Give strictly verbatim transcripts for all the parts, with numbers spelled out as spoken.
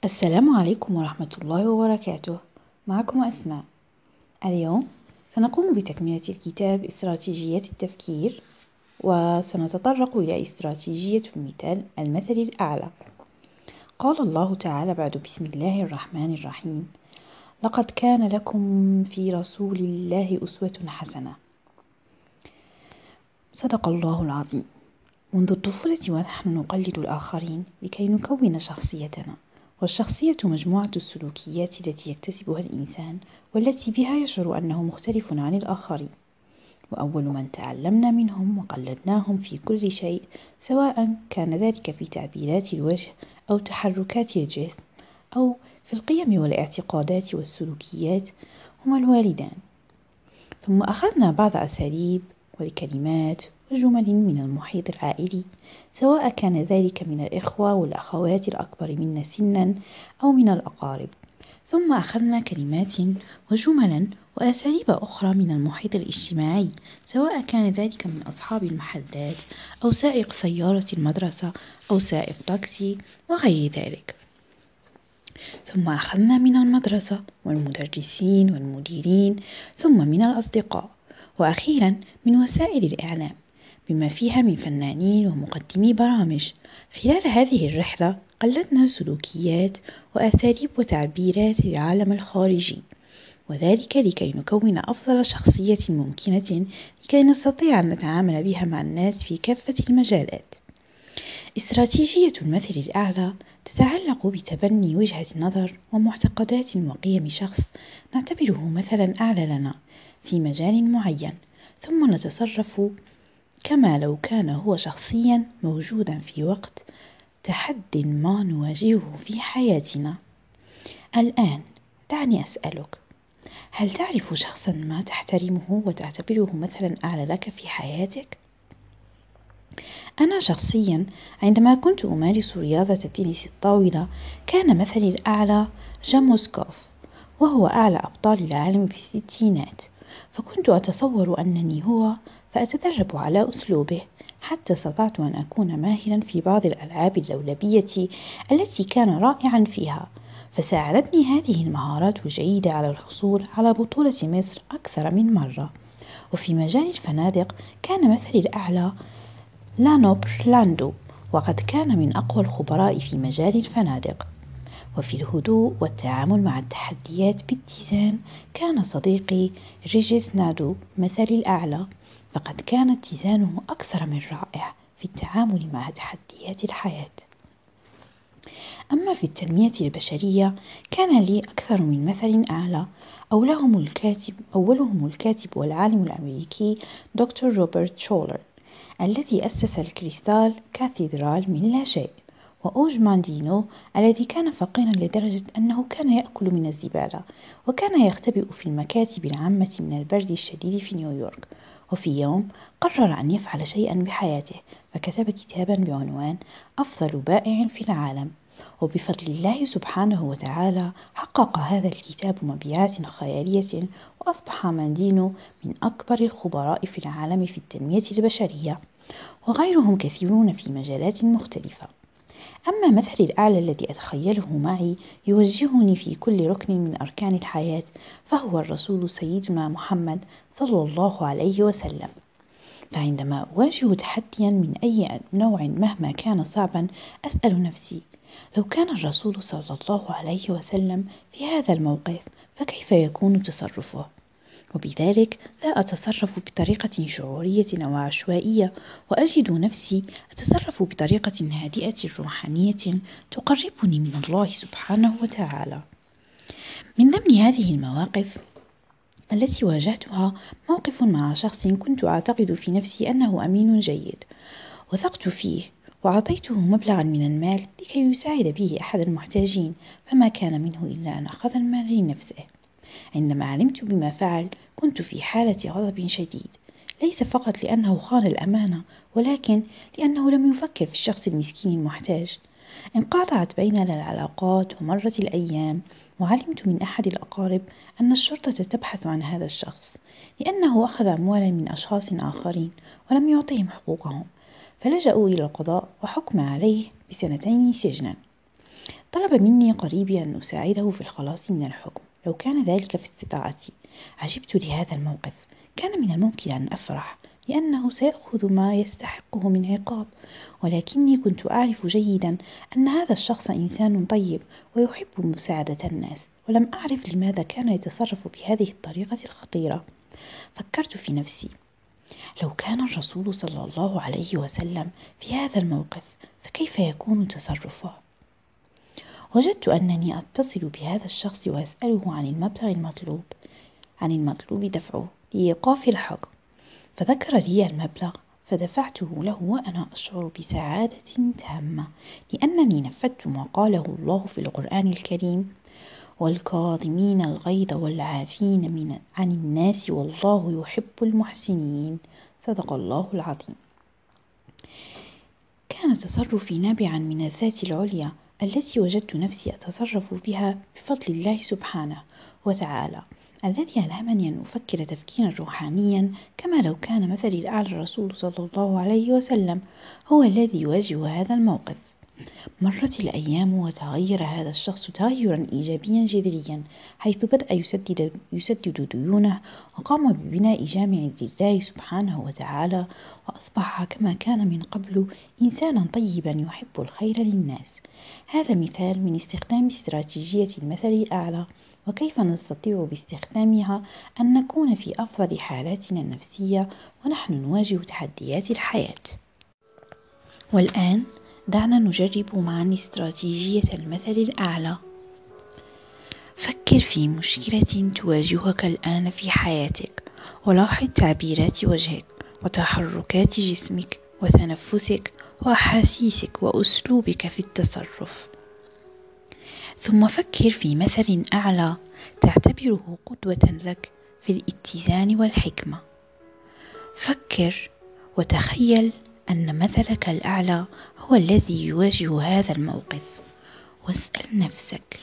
السلام عليكم ورحمة الله وبركاته. معكم أسماء. اليوم سنقوم بتكملة الكتاب استراتيجية التفكير، وسنتطرق إلى استراتيجية المثال المثل الأعلى. قال الله تعالى بعد: بسم الله الرحمن الرحيم: لقد كان لكم في رسول الله أسوة حسنة. صدق الله العظيم. منذ الطفولة ونحن نقلد الآخرين لكي نكون شخصيتنا، والشخصية مجموعة السلوكيات التي يكتسبها الإنسان والتي بها يشعر أنه مختلف عن الآخرين، وأول من تعلمنا منهم وقلدناهم في كل شيء، سواء كان ذلك في تعبيرات الوجه أو تحركات الجسم أو في القيم والاعتقادات والسلوكيات، هما الوالدان. ثم أخذنا بعض أساليب والكلمات وجمل من المحيط العائلي، سواء كان ذلك من الإخوة والأخوات الأكبر منا سنا أو من الأقارب. ثم أخذنا كلمات وجملا وأساليب أخرى من المحيط الاجتماعي، سواء كان ذلك من أصحاب المحلات أو سائق سيارة المدرسة أو سائق تاكسي وغير ذلك. ثم أخذنا من المدرسة والمدرسين والمديرين، ثم من الأصدقاء، وأخيرا من وسائل الإعلام بما فيها من فنانين ومقدمي برامج. خلال هذه الرحلة قلدنا سلوكيات وأساليب وتعبيرات للعالم الخارجي، وذلك لكي نكون أفضل شخصية ممكنة لكي نستطيع أن نتعامل بها مع الناس في كافة المجالات. استراتيجية المثل الأعلى تتعلق بتبني وجهة نظر ومعتقدات وقيم شخص نعتبره مثلا أعلى لنا في مجال معين، ثم نتصرف كما لو كان هو شخصيا موجودا في وقت تحد ما نواجهه في حياتنا. الآن دعني أسألك: هل تعرف شخصا ما تحترمه وتعتبره مثلا أعلى لك في حياتك؟ أنا شخصيا عندما كنت أمارس رياضة التنس الطاولة كان مثلي الأعلى جاموسكوف، وهو أعلى أبطال العالم في الستينات، فكنت أتصور أنني هو، فأتدرب على أسلوبه حتى استطعت أن أكون ماهرا في بعض الألعاب اللولبية التي كان رائعا فيها، فساعدتني هذه المهارات الجيدة على الحصول على بطولة مصر أكثر من مرة. وفي مجال الفنادق كان مثلي الأعلى لانوب لاندو، وقد كان من أقوى الخبراء في مجال الفنادق. وفي الهدوء والتعامل مع التحديات باتزان كان صديقي ريجيس نادو مثلي الأعلى، فقد كان اتزانه أكثر من رائع في التعامل مع تحديات الحياة. أما في التنمية البشرية كان لي أكثر من مثل أعلى، أولهم الكاتب أولهم الكاتب والعالم الأمريكي دكتور روبرت شولر، الذي أسس الكريستال كاثيدرال من لا شيء، وأوج ماندينو الذي كان فقيرا لدرجة أنه كان يأكل من الزبالة، وكان يختبئ في المكاتب العامة من البرد الشديد في نيويورك. وفي يوم قرر أن يفعل شيئا بحياته، فكتب كتابا بعنوان أفضل بائع في العالم، وبفضل الله سبحانه وتعالى حقق هذا الكتاب مبيعات خيالية، وأصبح ماندينو من أكبر الخبراء في العالم في التنمية البشرية، وغيرهم كثيرون في مجالات مختلفة. أما مثلي الأعلى الذي أتخيله معي يوجهني في كل ركن من أركان الحياة، فهو الرسول سيدنا محمد صلى الله عليه وسلم. فعندما أواجه تحديا من أي نوع مهما كان صعبا أسأل نفسي: لو كان الرسول صلى الله عليه وسلم في هذا الموقف فكيف يكون تصرفه؟ وبذلك لا أتصرف بطريقة شعورية أو عشوائية، وأجد نفسي أتصرف بطريقة هادئة روحانية تقربني من الله سبحانه وتعالى. من ضمن هذه المواقف التي واجهتها موقف مع شخص كنت أعتقد في نفسي أنه أمين جيد، وثقت فيه وأعطيته مبلغا من المال لكي يساعد به أحد المحتاجين، فما كان منه إلا أن أخذ المال لنفسه. عندما علمت بما فعل كنت في حالة غضب شديد، ليس فقط لأنه خان الأمانة، ولكن لأنه لم يفكر في الشخص المسكين المحتاج. انقطعت بيننا العلاقات ومرت الأيام، وعلمت من أحد الأقارب أن الشرطة تبحث عن هذا الشخص لأنه أخذ أموالا من أشخاص آخرين ولم يعطيهم حقوقهم، فلجأوا إلى القضاء وحكم عليه بسنتين سجنا. طلب مني قريبي أن أساعده في الخلاص من الحكم لو كان ذلك في استطاعتي. عجبت لهذا الموقف. كان من الممكن أن أفرح لأنه سيأخذ ما يستحقه من عقاب، ولكني كنت أعرف جيدا أن هذا الشخص إنسان طيب ويحب مساعدة الناس، ولم أعرف لماذا كان يتصرف بهذه الطريقة الخطيرة. فكرت في نفسي، لو كان الرسول صلى الله عليه وسلم في هذا الموقف فكيف يكون تصرفه؟ وجدت أنني أتصل بهذا الشخص وأسأله عن المبلغ المطلوب عن المطلوب دفعه لإيقاف الحكم، فذكر لي المبلغ فدفعته له وأنا أشعر بسعادة تامة، لأنني نفذت ما قاله الله في القرآن الكريم: والكاظمين الغيظ والعافين من عن الناس والله يحب المحسنين. صدق الله العظيم. كان تصرفي نابعا من الذات العليا التي وجدت نفسي أتصرف بها بفضل الله سبحانه وتعالى، الذي ألهمني أن أفكر تفكيرا روحانيا كما لو كان مثلي الأعلى الرسول صلى الله عليه وسلم هو الذي يواجه هذا الموقف. مرت الأيام وتغير هذا الشخص تغيرا إيجابيا جذريا، حيث بدأ يسدد, يسدد ديونه وقام ببناء جامع لله سبحانه وتعالى، وأصبح كما كان من قبل إنسانا طيبا يحب الخير للناس. هذا مثال من استخدام استراتيجية المثل الأعلى، وكيف نستطيع باستخدامها أن نكون في أفضل حالاتنا النفسية ونحن نواجه تحديات الحياة. والآن دعنا نجرب معا استراتيجية المثل الأعلى. فكر في مشكلة تواجهك الآن في حياتك، ولاحظ تعبيرات وجهك وتحركات جسمك وتنفسك وأحاسيسك وأسلوبك في التصرف. ثم فكر في مثل أعلى تعتبره قدوة لك في الاتزان والحكمة. فكر وتخيل أن مثلك الأعلى هو الذي يواجه هذا الموقف، واسأل نفسك: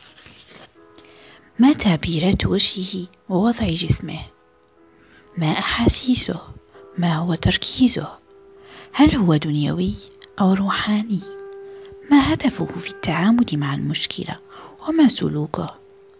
ما تعبيرات وجهه ووضع جسمه؟ ما أحاسيسه؟ ما هو تركيزه؟ هل هو دنيوي أو روحاني؟ ما هدفه في التعامل مع المشكلة؟ وما سلوكه؟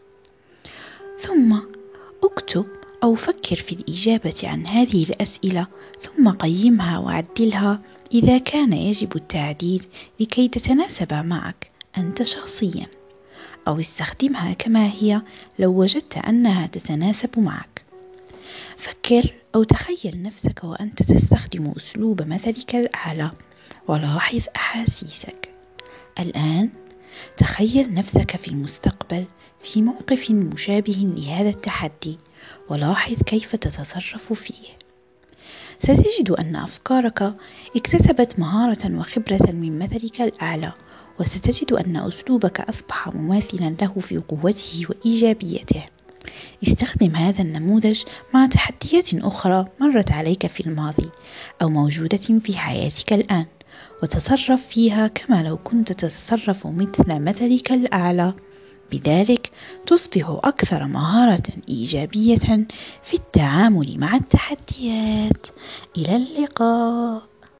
ثم اكتب أو فكر في الإجابة عن هذه الأسئلة، ثم قيمها وعدلها إذا كان يجب التعديل لكي تتناسب معك أنت شخصيا، أو استخدمها كما هي لو وجدت أنها تتناسب معك. فكر أو تخيل نفسك وأنت تستخدم أسلوب مثلك الأعلى، ولاحظ أحاسيسك. الآن تخيل نفسك في المستقبل في موقف مشابه لهذا التحدي، ولاحظ كيف تتصرف فيه. ستجد أن أفكارك اكتسبت مهارة وخبرة من مثلك الأعلى، وستجد أن أسلوبك أصبح مماثلا له في قوته وإيجابيته. استخدم هذا النموذج مع تحديات أخرى مرت عليك في الماضي أو موجودة في حياتك الآن، وتصرف فيها كما لو كنت تتصرف مثل مثلك الأعلى. بذلك تصبح أكثر مهارة إيجابية في التعامل مع التحديات. إلى اللقاء.